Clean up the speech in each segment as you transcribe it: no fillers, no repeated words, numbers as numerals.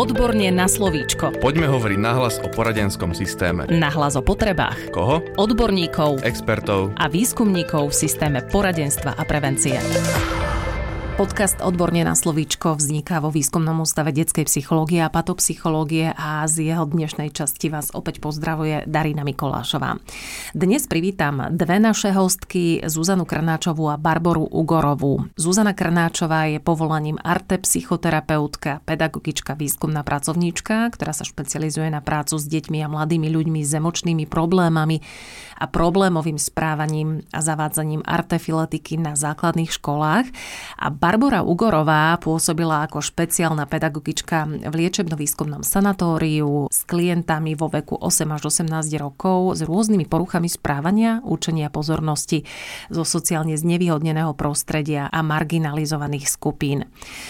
Odborne na slovíčko. Poďme hovoriť nahlas o poradenskom systéme. Nahlas o potrebách. Koho? Odborníkov, Expertov a výskumníkov v systéme poradenstva a prevencie. Podcast Odborne na slovíčko vzniká vo Výskumnom ústave detskej psychológie a patopsychológie a z jeho dnešnej časti vás opäť pozdravuje Darina Mikolášová. Dnes privítam dve naše hostky, Zuzanu Krnáčovú a Barboru Ugorovú. Zuzana Krnáčová je povolaním arte psychoterapeutka, pedagogička, výskumná pracovníčka, ktorá sa špecializuje na prácu s deťmi a mladými ľuďmi s emočnými problémami a problémovým správaním a zavádzaním artefiletiky na základných školách. A Barbora Ugorová pôsobila ako špeciálna pedagogička v liečebno-výskumnom sanatóriu s klientami vo veku 8 až 18 rokov s rôznymi poruchami správania, učenia pozornosti zo sociálne znevýhodneného prostredia a marginalizovaných skupín.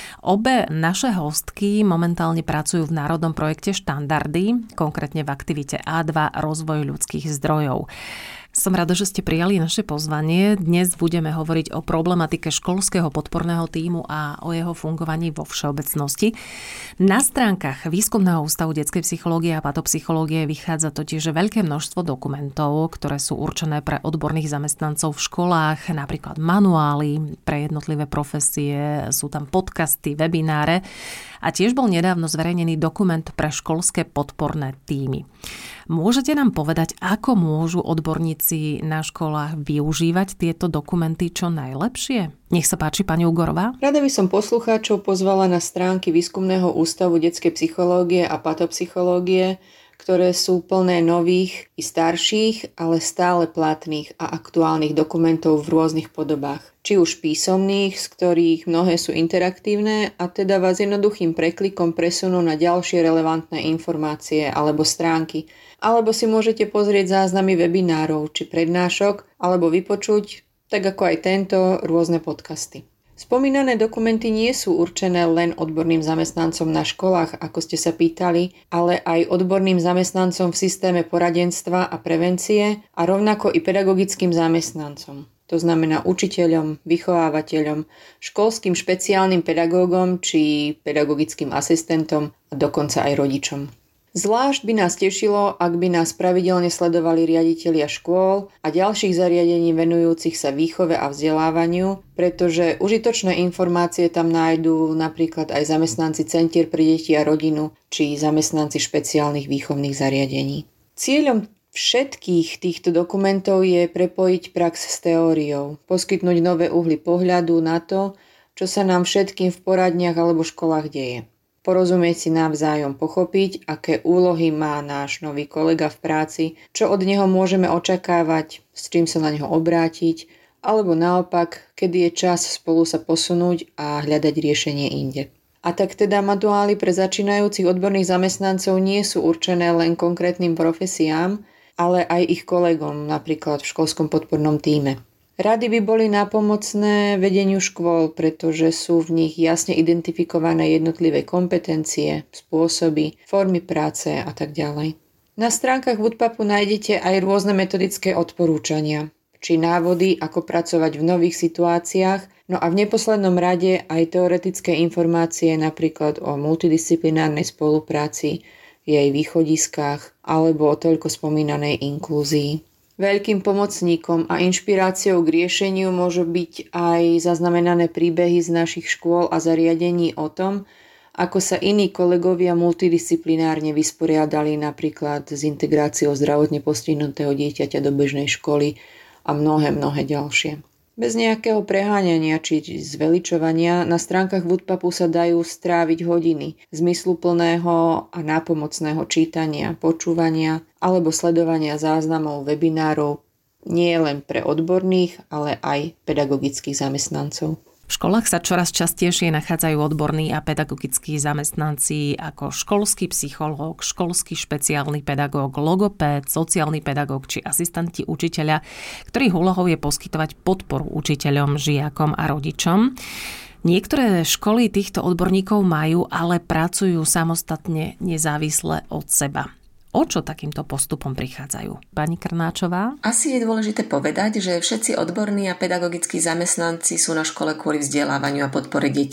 Obe naše hostky momentálne pracujú v národnom projekte Štandardy, konkrétne v aktivite A2 Rozvoj ľudských zdrojov. Som rada, že ste prijali naše pozvanie. Dnes budeme hovoriť o problematike školského podporného tímu a o jeho fungovaní vo všeobecnosti. Na stránkach Výskumného ústavu detskej psychológie a patopsychológie vychádza totiž veľké množstvo dokumentov, ktoré sú určené pre odborných zamestnancov v školách, napríklad manuály pre jednotlivé profesie, sú tam podcasty, webináre a tiež bol nedávno zverejnený dokument pre školské podporné tímy. Môžete nám povedať, ako môžu odborníci na školách využívať tieto dokumenty čo najlepšie? Nech sa páči, pani Ugorová. Rada by som poslucháčov pozvala na stránky Výskumného ústavu detskej psychológie a patopsychológie, ktoré sú plné nových i starších, ale stále platných a aktuálnych dokumentov v rôznych podobách. Či už písomných, z ktorých mnohé sú interaktívne a teda vás jednoduchým preklikom presunú na ďalšie relevantné informácie alebo stránky. Alebo si môžete pozrieť záznamy webinárov či prednášok alebo vypočuť, tak ako aj tento, rôzne podcasty. Spomínané dokumenty nie sú určené len odborným zamestnancom na školách, ako ste sa pýtali, ale aj odborným zamestnancom v systéme poradenstva a prevencie a rovnako i pedagogickým zamestnancom. To znamená učiteľom, vychovávateľom, školským špeciálnym pedagógom či pedagogickým asistentom a dokonca aj rodičom. Zvlášť by nás tešilo, ak by nás pravidelne sledovali riaditelia škôl a ďalších zariadení venujúcich sa výchove a vzdelávaniu, pretože užitočné informácie tam nájdú napríklad aj zamestnanci centier pre deti a rodinu či zamestnanci špeciálnych výchovných zariadení. Cieľom všetkých týchto dokumentov je prepojiť prax s teóriou, poskytnúť nové uhly pohľadu na to, čo sa nám všetkým v poradniach alebo školách deje. Porozumieť si navzájom, pochopiť, aké úlohy má náš nový kolega v práci, čo od neho môžeme očakávať, s čím sa na neho obrátiť, alebo naopak, kedy je čas spolu sa posunúť a hľadať riešenie inde. A tak teda manuály pre začínajúcich odborných zamestnancov nie sú určené len konkrétnym profesiám, ale aj ich kolegom, napríklad v školskom podpornom tíme. Rady by boli nápomocné vedeniu škôl, pretože sú v nich jasne identifikované jednotlivé kompetencie, spôsoby, formy práce a tak ďalej. Na stránkach Woodpapu nájdete aj rôzne metodické odporúčania, či návody, ako pracovať v nových situáciách, no a v neposlednom rade aj teoretické informácie napríklad o multidisciplinárnej spolupráci, jej východiskách alebo o toľko spomínanej inklúzii. Veľkým pomocníkom a inšpiráciou k riešeniu môžu byť aj zaznamenané príbehy z našich škôl a zariadení o tom, ako sa iní kolegovia multidisciplinárne vysporiadali napríklad s integráciou zdravotne postihnutého dieťaťa do bežnej školy a mnohé ďalšie. Bez nejakého preháňania či zveličovania na stránkach Woodpapu sa dajú stráviť hodiny zmysluplného a nápomocného čítania, počúvania alebo sledovania záznamov webinárov nie len pre odborných, ale aj pedagogických zamestnancov. V školách sa čoraz častejšie nachádzajú odborní a pedagogickí zamestnanci ako školský psychológ, školský špeciálny pedagóg, logopéd, sociálny pedagóg či asistenti učiteľa, ktorých úlohou je poskytovať podporu učiteľom, žiakom a rodičom. Niektoré školy týchto odborníkov majú, ale pracujú samostatne, nezávisle od seba. O čo takýmto postupom prichádzajú? Pani Krnáčová? Asi je dôležité povedať, že všetci odborní a pedagogickí zamestnanci sú na škole kvôli vzdelávaniu a podpore detí.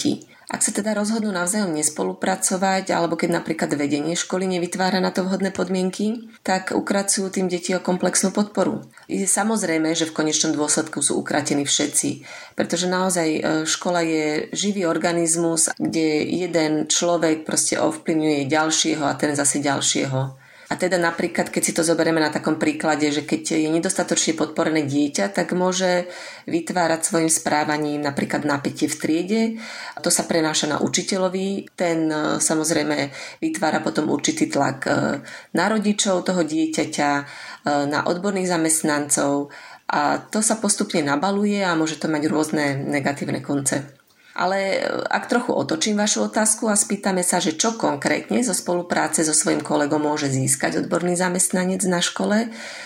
Ak sa teda rozhodnú navzájom nespolupracovať, alebo keď napríklad vedenie školy nevytvára na to vhodné podmienky, tak ukracujú tým deti o komplexnú podporu. Je samozrejme, že v konečnom dôsledku sú ukratení všetci, pretože naozaj škola je živý organizmus, kde jeden človek proste ovplyvňuje ďalšieho a ten zase ďalšieho. A teda napríklad, keď si to zoberieme na takom príklade, že keď je nedostatočne podporené dieťa, tak môže vytvárať svojim správaním napríklad napätie v triede. To sa prenáša na učiteľovi. Ten samozrejme vytvára potom určitý tlak na rodičov toho dieťaťa, na odborných zamestnancov a to sa postupne nabaluje a môže to mať rôzne negatívne konce. Ale ak trochu otočím vašu otázku a spýtame sa, že čo konkrétne zo spolupráce so svojím kolegom môže získať odborný zamestnanec na škole,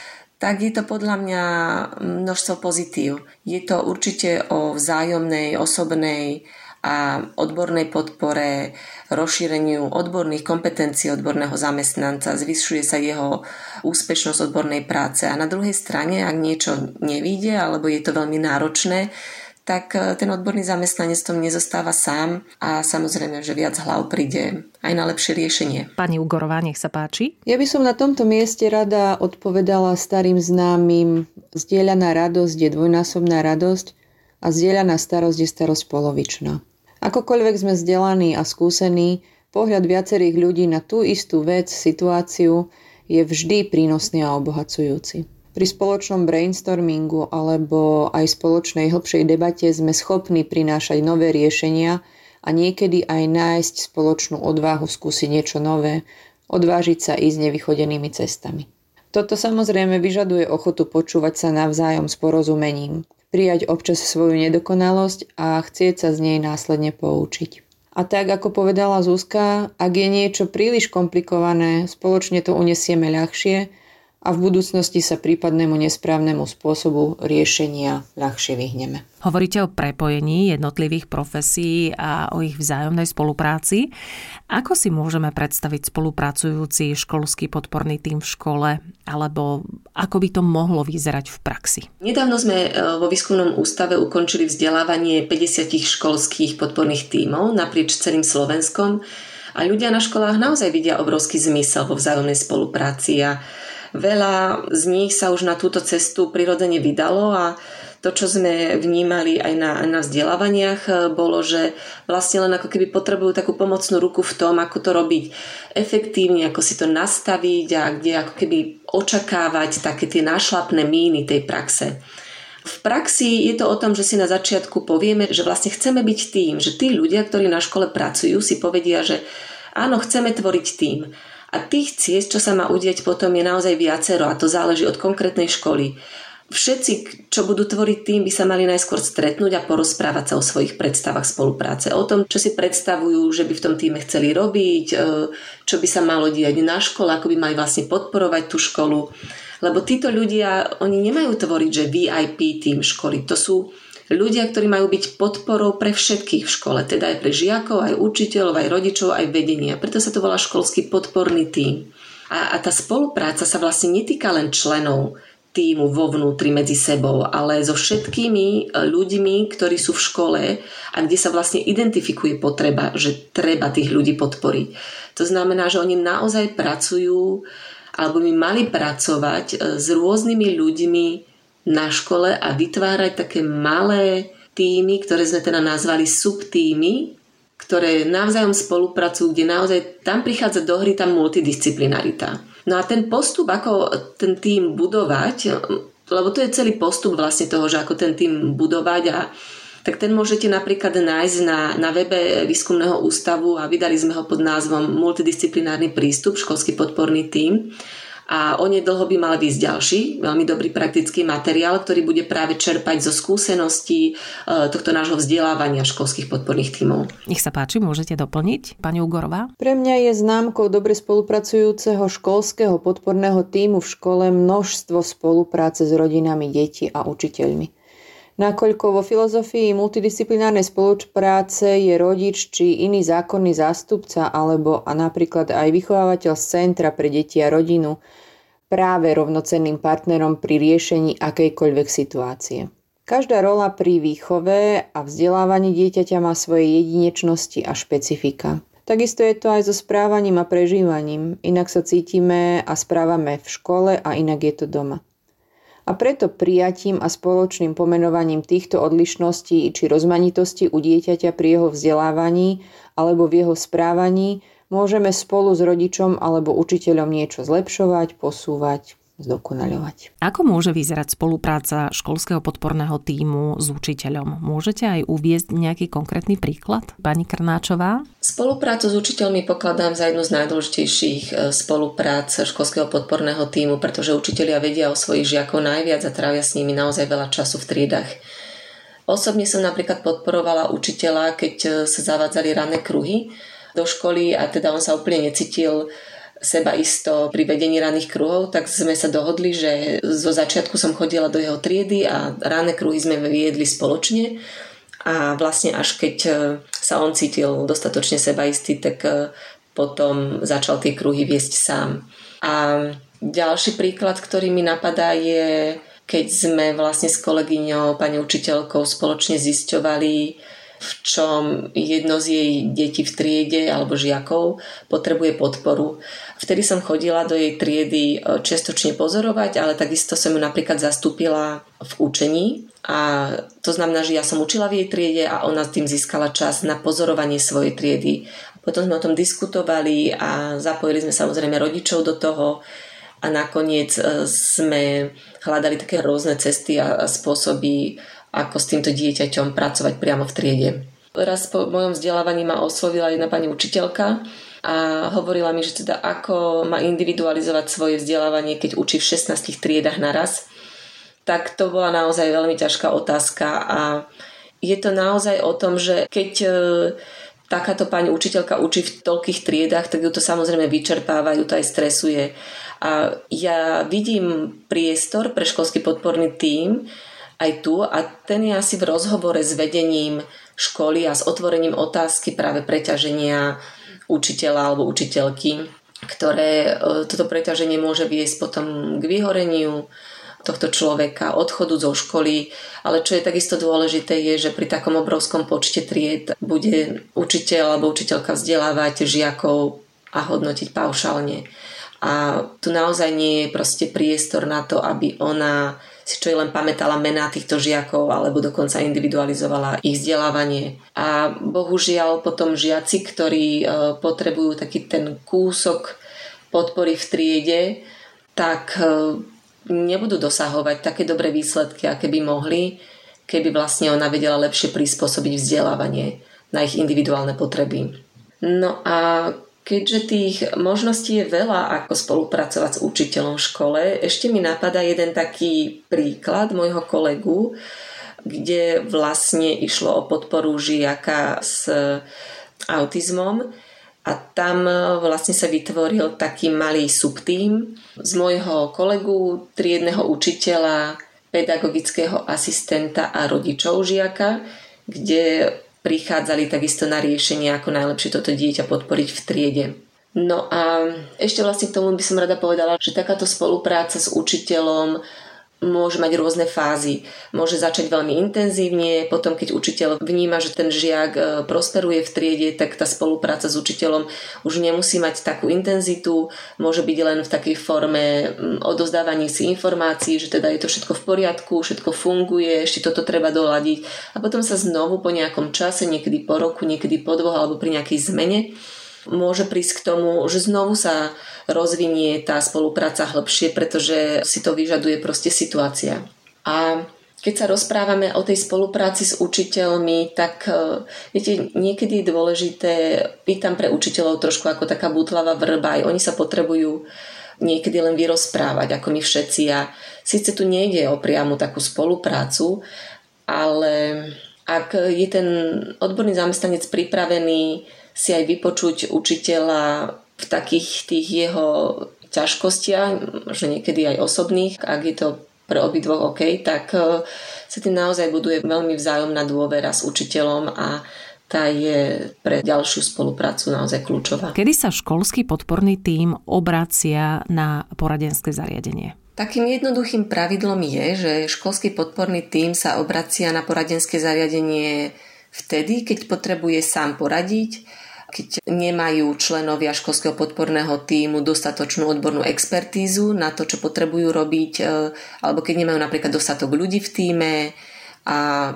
tak je to podľa mňa množstvo pozitív. Je to určite o vzájomnej, osobnej a odbornej podpore, rozšíreniu odborných kompetencií odborného zamestnanca, zvyšuje sa jeho úspešnosť odbornej práce. A na druhej strane, ak niečo nevíde alebo je to veľmi náročné, tak ten odborný zamestnanec tom nezostáva sám a samozrejme, že viac hlav príde aj na lepšie riešenie. Pani Ugorová, nech sa páči. Ja by som na tomto mieste rada odpovedala starým známym: zdieľaná radosť je dvojnásobná radosť a zdieľaná starosť je starosť polovičná. Akokoľvek sme vzdelaní a skúsení, pohľad viacerých ľudí na tú istú vec, situáciu je vždy prínosný a obohacujúci. Pri spoločnom brainstormingu alebo aj spoločnej hlbšej debate sme schopní prinášať nové riešenia a niekedy aj nájsť spoločnú odvahu skúsiť niečo nové, odvážiť sa ísť nevychodenými cestami. Toto samozrejme vyžaduje ochotu počúvať sa navzájom s porozumením, prijať občas svoju nedokonalosť a chcieť sa z nej následne poučiť. A tak, ako povedala Zuzka, ak je niečo príliš komplikované, spoločne to unesieme ľahšie a v budúcnosti sa prípadnému nesprávnemu spôsobu riešenia ľahšie vyhneme. Hovoríte o prepojení jednotlivých profesí a o ich vzájomnej spolupráci. Ako si môžeme predstaviť spolupracujúci školský podporný tím v škole, alebo ako by to mohlo vyzerať v praxi? Nedávno sme vo výskumnom ústave ukončili vzdelávanie 50 školských podporných tímov naprieč celým Slovenskom a ľudia na školách naozaj vidia obrovský zmysel vo vzájomnej spolupráci a veľa z nich sa už na túto cestu prirodzene vydalo a to, čo sme vnímali aj na vzdelávaniach, bolo, že vlastne len ako keby potrebujú takú pomocnú ruku v tom, ako to robiť efektívne, ako si to nastaviť a kde ako keby očakávať také tie nášlapné míny tej praxe. V praxi je to o tom, že si na začiatku povieme, že vlastne chceme byť tým, že tí ľudia, ktorí na škole pracujú, si povedia, že áno, chceme tvoriť tým. A tých ciest, čo sa má udieť potom, je naozaj viacero a to záleží od konkrétnej školy. Všetci, čo budú tvoriť tým, by sa mali najskôr stretnúť a porozprávať sa o svojich predstavách spolupráce. O tom, čo si predstavujú, že by v tom týme chceli robiť, čo by sa malo diať na škole, ako by mali vlastne podporovať tú školu. Lebo títo ľudia, oni nemajú tvoriť, že VIP tým školy. To sú ľudia, ktorí majú byť podporou pre všetkých v škole, teda aj pre žiakov, aj učiteľov, aj rodičov, aj vedenia. Preto sa to volá školský podporný tím. A tá spolupráca sa vlastne netýka len členov tímu vo vnútri medzi sebou, ale so všetkými ľuďmi, ktorí sú v škole a kde sa vlastne identifikuje potreba, že treba tých ľudí podporiť. To znamená, že oni naozaj pracujú alebo by mali pracovať s rôznymi ľuďmi na škole a vytvárať také malé týmy, ktoré sme teda nazvali subtímy, ktoré navzájom spolupracujú, kde naozaj tam prichádza do hry tá multidisciplinarita. No a ten postup, ako ten tím budovať, lebo to je celý postup vlastne toho, že ako ten tím budovať tak ten môžete napríklad nájsť na webe výskumného ústavu a vydali sme ho pod názvom Multidisciplinárny prístup, školský podporný tím. A onedlho by mal výsť ďalší, veľmi dobrý praktický materiál, ktorý bude práve čerpať zo skúseností tohto nášho vzdelávania školských podporných tímov. Nech sa páči, môžete doplniť, pani Ugorová? Pre mňa je známkou dobre spolupracujúceho školského podporného tímu v škole množstvo spolupráce s rodinami detí a učiteľmi. Nakoľko vo filozofii multidisciplinárnej spolupráce je rodič či iný zákonný zástupca alebo a napríklad aj vychovávateľ z centra pre deti a rodinu práve rovnocenným partnerom pri riešení akejkoľvek situácie. Každá rola pri výchove a vzdelávaní dieťaťa má svoje jedinečnosti a špecifika. Takisto je to aj so správaním a prežívaním. Inak sa cítime a správame v škole a inak je to doma. A preto prijatím a spoločným pomenovaním týchto odlišností či rozmanitosti u dieťaťa pri jeho vzdelávaní alebo v jeho správaní môžeme spolu s rodičom alebo učiteľom niečo zlepšovať, posúvať, zdokonaľovať. Ako môže vyzerať spolupráca školského podporného tímu s učiteľom? Môžete aj uviesť nejaký konkrétny príklad? Pani Krnáčová? Spoluprácu s učiteľmi pokladám za jednu z najdôležitejších spoluprác školského podporného tímu, pretože učitelia vedia o svojich žiakov najviac a trávia s nimi naozaj veľa času v triedách. Osobne som napríklad podporovala učiteľa, keď sa zavádzali ranné kruhy do školy a teda on sa úplne necítil sebaisto pri vedení ranných kruhov, tak sme sa dohodli, že zo začiatku som chodila do jeho triedy a ranné kruhy sme viedli spoločne a vlastne až keď sa on cítil dostatočne sebaistý, tak potom začal tie kruhy viesť sám. A ďalší príklad, ktorý mi napadá, je, keď sme vlastne s kolegyňou, pani učiteľkou spoločne zisťovali, v čom jedno z jej detí v triede alebo žiakov potrebuje podporu. Vtedy som chodila do jej triedy čiastočne pozorovať, ale takisto som ju napríklad zastúpila v učení a to znamená, že ja som učila v jej triede a ona tým získala čas na pozorovanie svojej triedy. Potom sme o tom diskutovali a zapojili sme samozrejme rodičov do toho a nakoniec sme hľadali také rôzne cesty a spôsoby, ako s týmto dieťaťom pracovať priamo v triede. Raz po mojom vzdelávaní ma oslovila jedna pani učiteľka a hovorila mi, že teda ako má individualizovať svoje vzdelávanie, keď učí v 16 triedach naraz. Tak to bola naozaj veľmi ťažká otázka a je to naozaj o tom, že keď takáto pani učiteľka učí v toľkých triedách, tak ju to samozrejme vyčerpáva, ju to aj stresuje. A ja vidím priestor pre školský podporný tím aj tu a ten je asi v rozhovore s vedením školy a s otvorením otázky práve preťaženia učiteľa alebo učiteľky, ktoré toto preťaženie môže viesť potom k vyhoreniu tohto človeka, odchodu zo školy, ale čo je takisto dôležité je, že pri takom obrovskom počte tried bude učiteľ alebo učiteľka vzdelávať žiakov a hodnotiť paušálne. A tu naozaj nie je proste priestor na to, aby ona si čo len pamätala mená týchto žiakov alebo dokonca individualizovala ich vzdelávanie. A bohužiaľ potom žiaci, ktorí potrebujú taký ten kúsok podpory v triede, tak nebudú dosahovať také dobré výsledky, aké by mohli, keby vlastne ona vedela lepšie prispôsobiť vzdelávanie na ich individuálne potreby. No a keďže tých možností je veľa, ako spolupracovať s učiteľom v škole, ešte mi napadá jeden taký príklad môjho kolegu, kde vlastne išlo o podporu žiaka s autizmom a tam vlastne sa vytvoril taký malý subtím z môjho kolegu, triedneho učiteľa, pedagogického asistenta a rodičov žiaka, kde prichádzali takisto na riešenie, ako najlepšie toto dieťa podporiť v triede. No a ešte vlastne k tomu by som rada povedala, že takáto spolupráca s učiteľom môže mať rôzne fázy. Môže začať veľmi intenzívne, potom keď učiteľ vníma, že ten žiak prosperuje v triede, tak tá spolupráca s učiteľom už nemusí mať takú intenzitu, môže byť len v takej forme odovzdávaní si informácií, že teda je to všetko v poriadku, všetko funguje, ešte toto treba doľadiť a potom sa znovu po nejakom čase, niekedy po roku, niekedy po 2 alebo pri nejakej zmene môže prísť k tomu, že znovu sa rozvinie tá spolupráca hlbšie, pretože si to vyžaduje proste situácia. A keď sa rozprávame o tej spolupráci s učiteľmi, tak viete, niekedy je dôležité, pýtam pre učiteľov trošku ako taká bútlavá vrba, aj oni sa potrebujú niekedy len vyrozprávať, ako my všetci. A síce tu nejde o priamu takú spoluprácu, ale ak je ten odborný zamestnanec pripravený si aj vypočuť učiteľa v takých tých jeho ťažkostiach, možno niekedy aj osobných, ak je to pre obidvoch OK, tak sa tým naozaj buduje veľmi vzájomná dôvera s učiteľom a tá je pre ďalšiu spoluprácu naozaj kľúčová. Kedy sa školský podporný tím obracia na poradenské zariadenie? Takým jednoduchým pravidlom je, že školský podporný tím sa obracia na poradenské zariadenie vtedy, keď potrebuje sám poradiť, keď nemajú členovia školského podporného tímu dostatočnú odbornú expertízu na to, čo potrebujú robiť, alebo keď nemajú napríklad dostatok ľudí v tíme a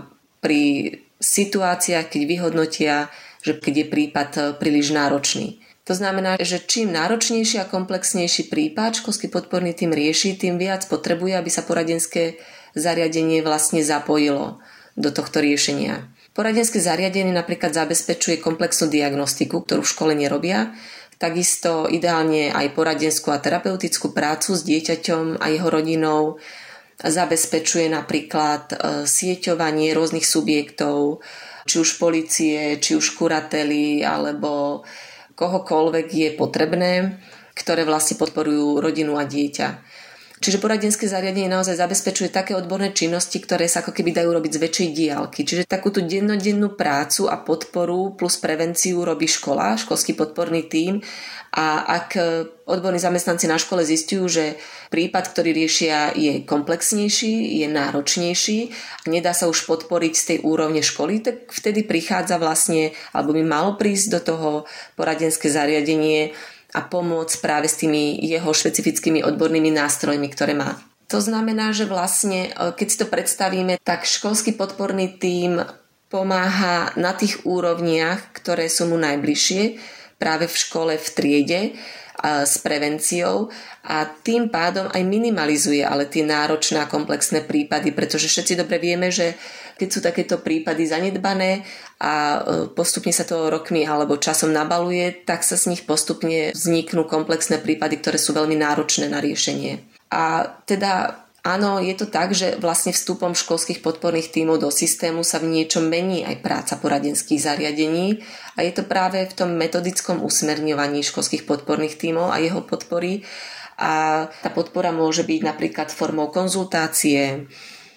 pri situáciách, keď vyhodnotia, že keď je prípad príliš náročný. To znamená, že čím náročnejší a komplexnejší prípad školský podporný tím rieši, tým viac potrebuje, aby sa poradenské zariadenie vlastne zapojilo do tohto riešenia. Poradenské zariadenie napríklad zabezpečuje komplexnú diagnostiku, ktorú v škole nerobia, takisto ideálne aj poradenskú a terapeutickú prácu s dieťaťom a jeho rodinou, zabezpečuje napríklad sieťovanie rôznych subjektov, či už polície, či už kurately, alebo kohokoľvek je potrebné, ktoré vlastne podporujú rodinu a dieťa. Čiže poradenské zariadenie naozaj zabezpečuje také odborné činnosti, ktoré sa ako keby dajú robiť z väčšej diaľky. Čiže takúto dennodennú prácu a podporu plus prevenciu robí škola, školský podporný tím. A ak odborní zamestnanci na škole zistujú, že prípad, ktorý riešia, je komplexnejší, je náročnejší a nedá sa už podporiť z tej úrovne školy, tak vtedy prichádza vlastne, alebo by malo prísť do toho poradenské zariadenie a pomôcť práve s tými jeho špecifickými odbornými nástrojmi, ktoré má. To znamená, že vlastne, keď si to predstavíme, tak školský podporný tím pomáha na tých úrovniach, ktoré sú mu najbližšie, práve v škole, v triede s prevenciou a tým pádom aj minimalizuje ale tie náročné a komplexné prípady, pretože všetci dobre vieme, že keď sú takéto prípady zanedbané a postupne sa to rokmi alebo časom nabaluje, tak sa z nich postupne vzniknú komplexné prípady, ktoré sú veľmi náročné na riešenie. A teda áno, je to tak, že vlastne vstupom školských podporných tímov do systému sa v niečom mení aj práca poradenských zariadení a je to práve v tom metodickom usmerňovaní školských podporných tímov a jeho podpory. A tá podpora môže byť napríklad formou konzultácie,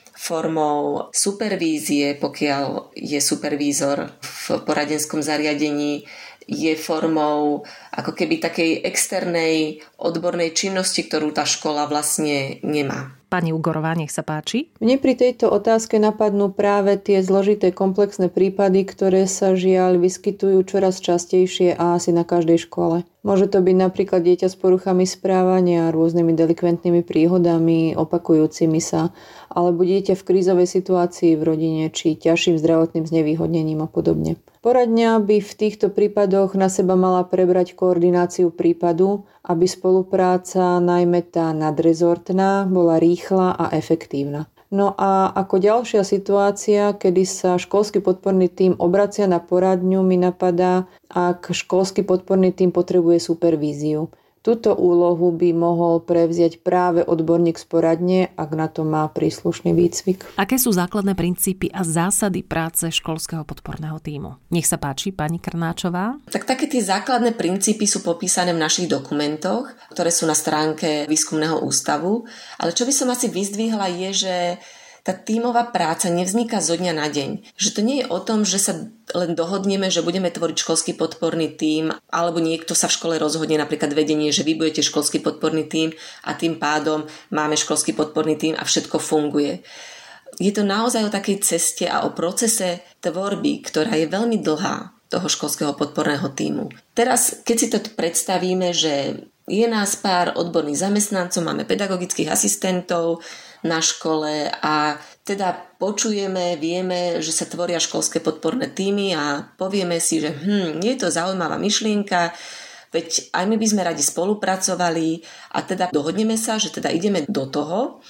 formou supervízie, pokiaľ je supervízor v poradenskom zariadení, je formou ako keby takej externej odbornej činnosti, ktorú tá škola vlastne nemá. Pani Ugorová, nech sa páči. Mne pri tejto otázke napadnú práve tie zložité komplexné prípady, ktoré sa žiaľ vyskytujú čoraz častejšie a asi na každej škole. Môže to byť napríklad dieťa s poruchami správania, rôznymi delikventnými príhodami, opakujúcimi sa, alebo dieťa v krízovej situácii v rodine, či ťažším zdravotným znevýhodnením a podobne. Poradňa by v týchto prípadoch na seba mala prebrať koordináciu prípadu, aby spolupráca, najmä tá nadrezortná, bola rýchla a efektívna. No a ako ďalšia situácia, kedy sa školský podporný tím obracia na poradňu, mi napadá, ak školský podporný tím potrebuje supervíziu. Túto úlohu by mohol prevziať práve odborník z poradne, ak na to má príslušný výcvik. Aké sú základné princípy a zásady práce školského podporného tímu? Nech sa páči, pani Krnáčová. Tak také tie základné princípy sú popísané v našich dokumentoch, ktoré sú na stránke Výskumného ústavu. Ale čo by som asi vyzdvihla je, že tá tímová práca nevzniká zo dňa na deň. Že to nie je o tom, že sa len dohodneme, že budeme tvoriť školský podporný tím, alebo niekto sa v škole rozhodne, napríklad vedenie, že vy budete školský podporný tím a tým pádom máme školský podporný tím a všetko funguje. Je to naozaj o takej ceste a o procese tvorby, ktorá je veľmi dlhá toho školského podporného tímu. Teraz, keď si to predstavíme, že je nás pár odborných zamestnancov, máme pedagogických asistentov na škole a teda počujeme, vieme, že sa tvoria školské podporné tímy a povieme si, že je to zaujímavá myšlienka, veď aj my by sme radi spolupracovali a teda dohodneme sa, že teda ideme do toho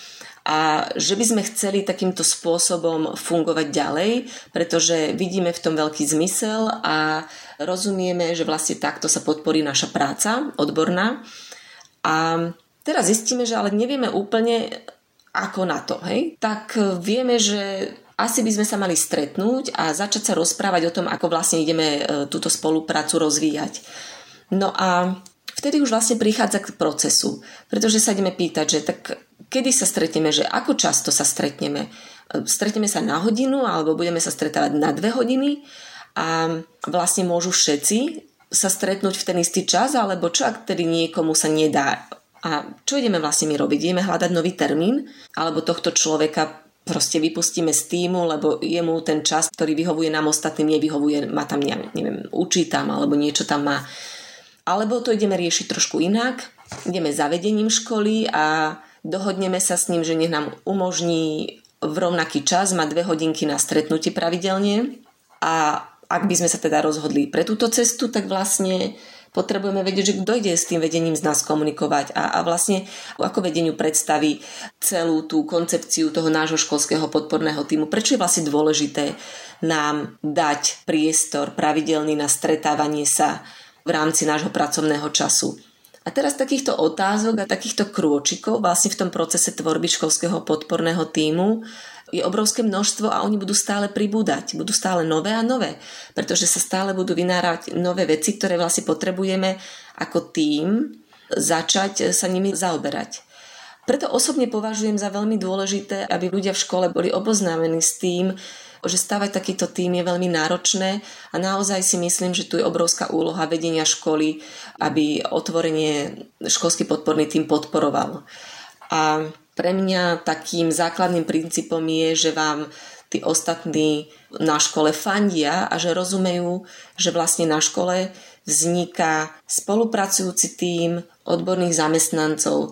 a že by sme chceli takýmto spôsobom fungovať ďalej, pretože vidíme v tom veľký zmysel a rozumieme, že vlastne takto sa podporí naša práca odborná. A teraz zistíme, že ale nevieme úplne ako na to, hej? Tak vieme, že asi by sme sa mali stretnúť a začať sa rozprávať o tom, ako vlastne ideme túto spoluprácu rozvíjať. No a vtedy už vlastne prichádza k procesu, pretože sa ideme pýtať, že tak kedy sa stretneme, že ako často sa stretneme. Stretneme sa na hodinu alebo budeme sa stretávať na 2 hodiny a vlastne môžu všetci sa stretnúť v ten istý čas, alebo čo ak tedy niekomu sa nedá A čo ideme vlastne my robiť? Ideme hľadať nový termín? Alebo tohto človeka proste vypustíme z týmu, lebo jemu ten čas, ktorý vyhovuje nám ostatným, nevyhovuje, má tam, neviem, učí tam, alebo niečo tam má. Alebo to ideme riešiť trošku inak. Ideme za vedením školy a dohodneme sa s ním, že nech nám umožní v rovnaký čas mať 2 hodinky na stretnutie pravidelne. A ak by sme sa teda rozhodli pre túto cestu, tak vlastne potrebujeme vedieť, že kto ide s tým vedením z nás komunikovať a vlastne ako vedeniu predstaví celú tú koncepciu toho nášho školského podporného tímu. Prečo je vlastne dôležité nám dať priestor pravidelný na stretávanie sa v rámci nášho pracovného času. A teraz takýchto otázok a takýchto krôčikov vlastne v tom procese tvorby školského podporného tímu je obrovské množstvo a oni budú stále pribúdať. Budú stále nové a nové, pretože sa stále budú vynárať nové veci, ktoré vlastne potrebujeme ako tím začať sa nimi zaoberať. Preto osobne považujem za veľmi dôležité, aby ľudia v škole boli oboznámení s tým, že stavať takýto tím je veľmi náročné a naozaj si myslím, že tu je obrovská úloha vedenia školy, aby otvorene školský podporný tím podporoval. A pre mňa takým základným princípom je, že vám tí ostatní na škole fandia a že rozumejú, že vlastne na škole vzniká spolupracujúci tím odborných zamestnancov,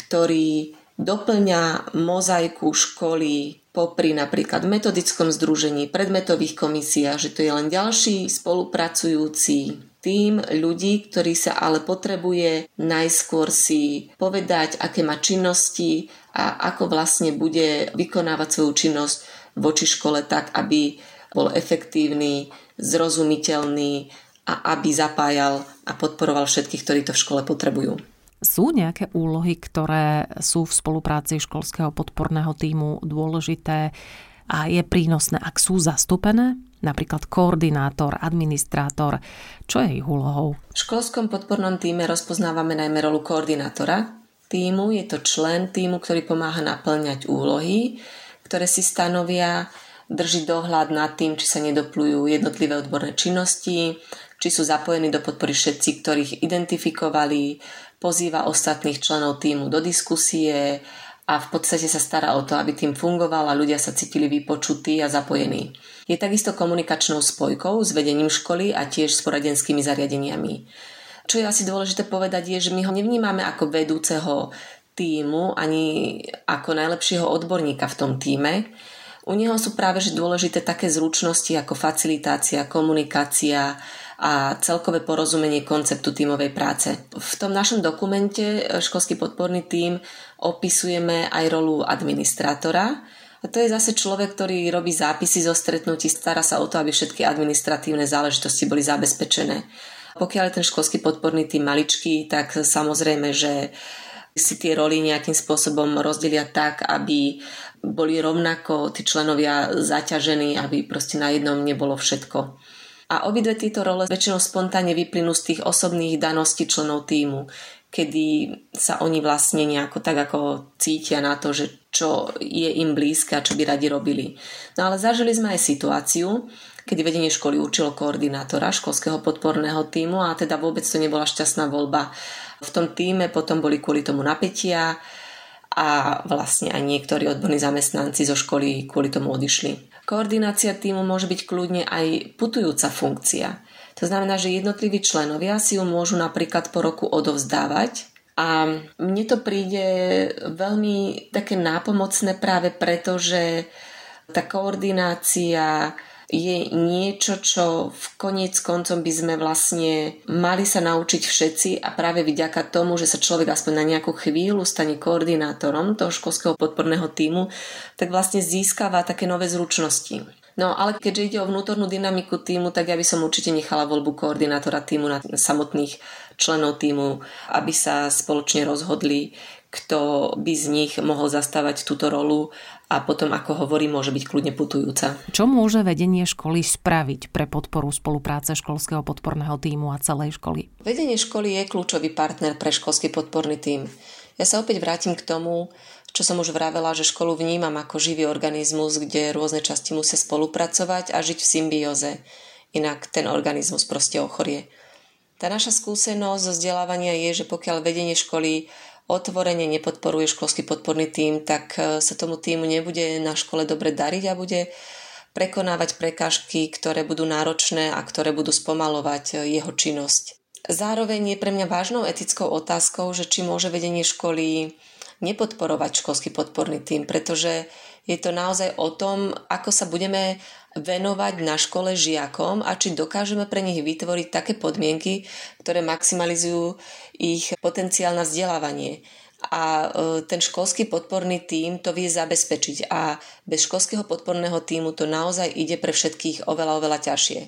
ktorý doplňa mozaiku školy popri napríklad metodickom združení, predmetových komisiách, že to je len ďalší spolupracujúci tým ľudí, ktorý sa ale potrebuje najskôr si povedať, aké má činnosti a ako vlastne bude vykonávať svoju činnosť voči škole tak, aby bol efektívny, zrozumiteľný a aby zapájal a podporoval všetkých, ktorí to v škole potrebujú. Sú nejaké úlohy, ktoré sú v spolupráci školského podporného tímu dôležité a je prínosné, ak sú zastúpené? Napríklad koordinátor, administrátor. Čo je ich úlohou? V školskom podpornom tíme rozpoznávame najmä rolu koordinátora tímu. Je to člen tímu, ktorý pomáha naplňať úlohy, ktoré si stanovia, drží dohľad nad tým, či sa nedoplujú jednotlivé odborné činnosti, či sú zapojení do podpory všetci, ktorých identifikovali, pozýva ostatných členov tímu do diskusie a v podstate sa stará o to, aby tým fungoval a ľudia sa cítili vypočutí a zapojení. Je takisto komunikačnou spojkou s vedením školy a tiež s poradenskými zariadeniami. Čo je asi dôležité povedať je, že my ho nevnímame ako vedúceho tímu ani ako najlepšieho odborníka v tom tíme. U neho sú práve že dôležité také zručnosti ako facilitácia, komunikácia a celkové porozumenie konceptu tímovej práce. V tom našom dokumente Školský podporný tím opisujeme aj rolu administrátora. A to je zase človek, ktorý robí zápisy zo stretnutí, stará sa o to, aby všetky administratívne záležitosti boli zabezpečené. Pokiaľ je ten školský podporný tím maličký, tak samozrejme, že si tie roly nejakým spôsobom rozdelia tak, aby boli rovnako tí členovia zaťažení, aby proste na jednom nebolo všetko. A obidve tieto role väčšinou spontánne vyplynú z tých osobných daností členov tímu, kedy sa oni vlastne nejako tak ako cítia na to, že čo je im blízke a čo by radi robili. No ale zažili sme aj situáciu, kedy vedenie školy určilo koordinátora školského podporného tímu a teda vôbec to nebola šťastná voľba. V tom tíme potom boli kvôli tomu napätia a vlastne aj niektorí odborní zamestnanci zo školy kvôli tomu odišli. Koordinácia tímu môže byť kľudne aj putujúca funkcia. To znamená, že jednotliví členovia si ju môžu napríklad po roku odovzdávať a mne to príde veľmi také nápomocné práve preto, že tá koordinácia je niečo, čo v koniec koncom by sme vlastne mali sa naučiť všetci a práve vďaka tomu, že sa človek aspoň na nejakú chvíľu stane koordinátorom toho školského podporného tímu, tak vlastne získava také nové zručnosti. No ale keďže ide o vnútornú dynamiku tímu, tak ja by som určite nechala voľbu koordinátora tímu na samotných členov tímu, aby sa spoločne rozhodli, kto by z nich mohol zastávať túto rolu a potom, ako hovorí, môže byť kľudne putujúca. Čo môže vedenie školy spraviť pre podporu spolupráce školského podporného tímu a celej školy? Vedenie školy je kľúčový partner pre školský podporný tím. Ja sa opäť vrátim k tomu, čo som už vravela, že školu vnímam ako živý organizmus, kde rôzne časti musia spolupracovať a žiť v symbióze. Inak ten organizmus proste ochorie. Tá naša skúsenosť zo vzdelávania je, že pokiaľ vedenie školy otvorene nepodporuje školský podporný tím, tak sa tomu tímu nebude na škole dobre dariť a bude prekonávať prekážky, ktoré budú náročné a ktoré budú spomalovať jeho činnosť. Zároveň je pre mňa vážnou etickou otázkou, že či môže vedenie školy nepodporovať školský podporný tím, pretože je to naozaj o tom, ako sa budeme venovať na škole žiakom a či dokážeme pre nich vytvoriť také podmienky, ktoré maximalizujú ich potenciál na vzdelávanie. A ten školský podporný tím to vie zabezpečiť a bez školského podporného tímu to naozaj ide pre všetkých oveľa ťažšie.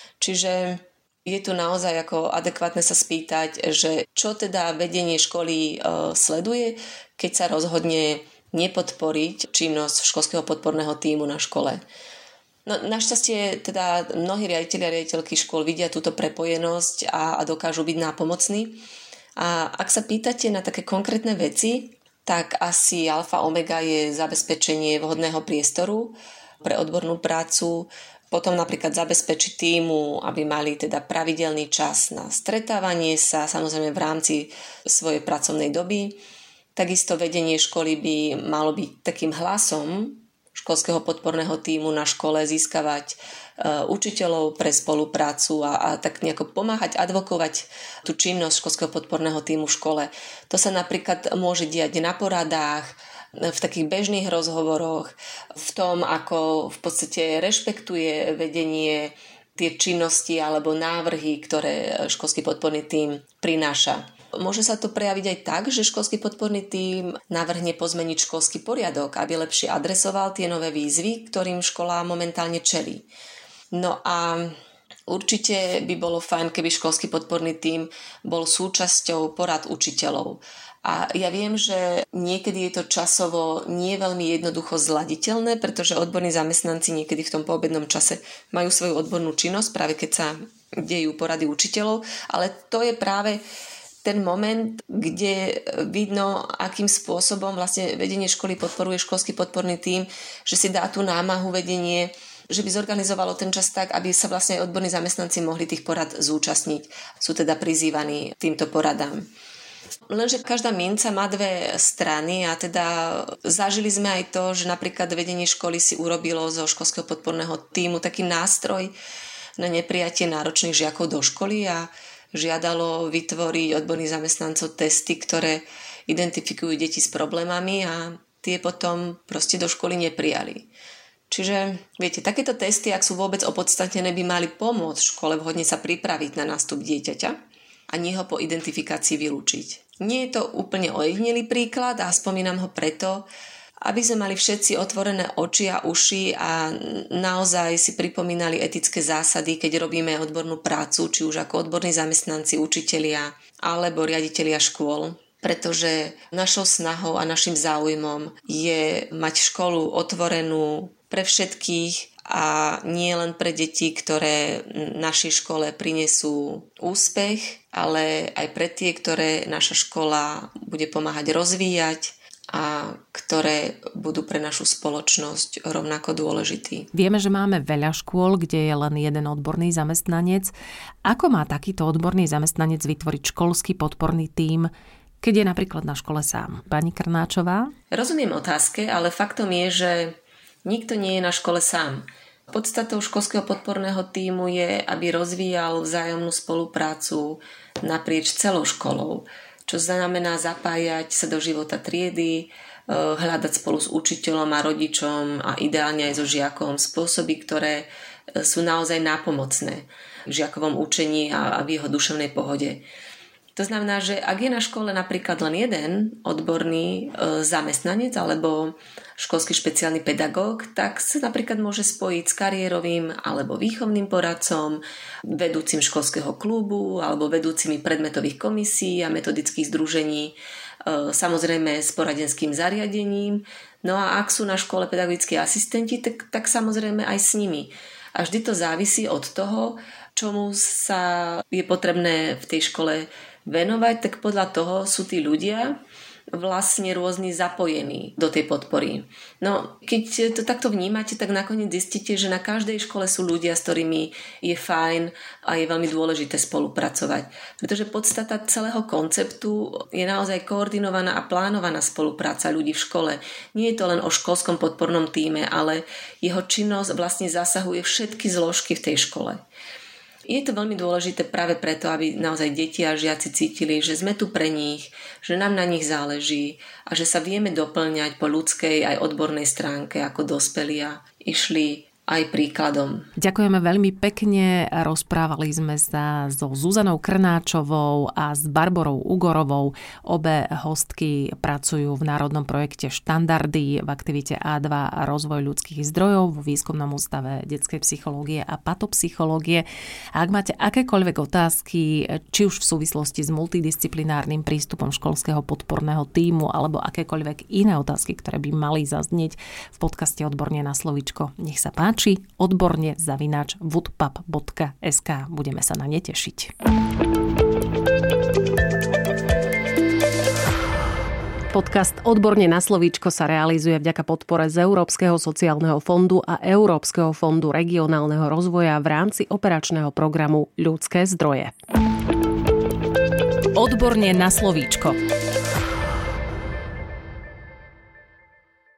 Čiže je tu naozaj ako adekvátne sa spýtať, že čo teda vedenie školy sleduje, keď sa rozhodne nepodporiť činnosť školského podporného tímu na škole. No, našťastie teda mnohí riaditelia a riaditeľky škôl vidia túto prepojenosť a dokážu byť nápomocní. A ak sa pýtate na také konkrétne veci, tak asi alfa omega je zabezpečenie vhodného priestoru pre odbornú prácu, potom napríklad zabezpečiť tímu, aby mali teda pravidelný čas na stretávanie sa, samozrejme v rámci svojej pracovnej doby. Takisto vedenie školy by malo byť takým hlasom školského podporného tímu na škole, získavať učiteľov pre spoluprácu a tak nejako pomáhať, advokovať tú činnosť školského podporného tímu v škole. To sa napríklad môže diať na poradách, v takých bežných rozhovoroch, v tom, ako v podstate rešpektuje vedenie tie činnosti alebo návrhy, ktoré školský podporný tím prináša. Môže sa to prejaviť aj tak, že školský podporný tím navrhne pozmeniť školský poriadok, aby lepšie adresoval tie nové výzvy, ktorým škola momentálne čelí. No a určite by bolo fajn, keby školský podporný tím bol súčasťou porad učiteľov. A ja viem, že niekedy je to časovo nie veľmi jednoducho zladiteľné, pretože odborní zamestnanci niekedy v tom poobednom čase majú svoju odbornú činnosť, práve keď sa dejú porady učiteľov, ale to je práve ten moment, kde vidno, akým spôsobom vlastne vedenie školy podporuje školský podporný tím, že si dá tú námahu vedenie, že by zorganizovalo ten čas tak, aby sa vlastne aj odborní zamestnanci mohli tých porad zúčastniť. Sú teda prizývaní týmto poradám. Lenže každá minca má dve strany a teda zažili sme aj to, že napríklad vedenie školy si urobilo zo školského podporného tímu taký nástroj na neprijatie náročných žiakov do školy a žiadalo vytvoriť odborných zamestnancov testy, ktoré identifikujú deti s problémami a tie potom proste do školy neprijali. Čiže, viete, takéto testy, ak sú vôbec opodstatnené, by mali pomôcť škole vhodne sa pripraviť na nástup dieťaťa a nie ho po identifikácii vylúčiť. Nie je to úplne ojedinelý príklad a spomínam ho preto, aby sme mali všetci otvorené oči a uši a naozaj si pripomínali etické zásady, keď robíme odbornú prácu, či už ako odborní zamestnanci, učitelia alebo riaditelia škôl. Pretože našou snahou a našim záujmom je mať školu otvorenú pre všetkých a nie len pre deti, ktoré našej škole prinesú úspech, ale aj pre tie, ktoré naša škola bude pomáhať rozvíjať a ktoré budú pre našu spoločnosť rovnako dôležití. Vieme, že máme veľa škôl, kde je len jeden odborný zamestnanec. Ako má takýto odborný zamestnanec vytvoriť školský podporný tím, keď je napríklad na škole sám? Pani Krnáčová? Rozumiem otázke, ale faktom je, že nikto nie je na škole sám. Podstatou školského podporného tímu je, aby rozvíjal vzájomnú spoluprácu naprieč celou školou, čo znamená zapájať sa do života triedy, hľadať spolu s učiteľom a rodičom a ideálne aj so žiakom spôsoby, ktoré sú naozaj nápomocné v žiakovom učení a v jeho duševnej pohode. To znamená, že ak je na škole napríklad len jeden odborný zamestnanec alebo školský špeciálny pedagóg, tak sa napríklad môže spojiť s kariérovým alebo výchovným poradcom, vedúcim školského klubu alebo vedúcimi predmetových komisí a metodických združení, samozrejme s poradenským zariadením. No a ak sú na škole pedagogickí asistenti, tak samozrejme aj s nimi. A vždy to závisí od toho, čomu sa je potrebné v tej škole venovať, tak podľa toho sú tí ľudia vlastne rôzni zapojení do tej podpory. No, keď to takto vnímate, tak nakoniec zistíte, že na každej škole sú ľudia, s ktorými je fajn a je veľmi dôležité spolupracovať. Pretože podstata celého konceptu je naozaj koordinovaná a plánovaná spolupráca ľudí v škole. Nie je to len o školskom podpornom tíme, ale jeho činnosť vlastne zasahuje všetky zložky v tej škole. Je to veľmi dôležité práve preto, aby naozaj deti a žiaci cítili, že sme tu pre nich, že nám na nich záleží a že sa vieme doplňať po ľudskej aj odbornej stránke ako dospelí a išli aj príkladom. Ďakujeme veľmi pekne. Rozprávali sme sa so Zuzanou Krnáčovou a s Barborou Ugorovou. Obe hostky pracujú v národnom projekte Štandardy v aktivite A2 Rozvoj ľudských zdrojov vo Výskumnom ústave detskej psychológie a patopsychológie. A ak máte akékoľvek otázky, či už v súvislosti s multidisciplinárnym prístupom školského podporného tímu alebo akékoľvek iné otázky, ktoré by mali zaznieť v podcaste Odborne na slovíčko, nech sa páči. odborne@woodpub.sk. Budeme sa na ne tešiť. Podcast Odborne na slovíčko sa realizuje vďaka podpore z Európskeho sociálneho fondu a Európskeho fondu regionálneho rozvoja v rámci operačného programu Ľudské zdroje. Odborne na slovíčko.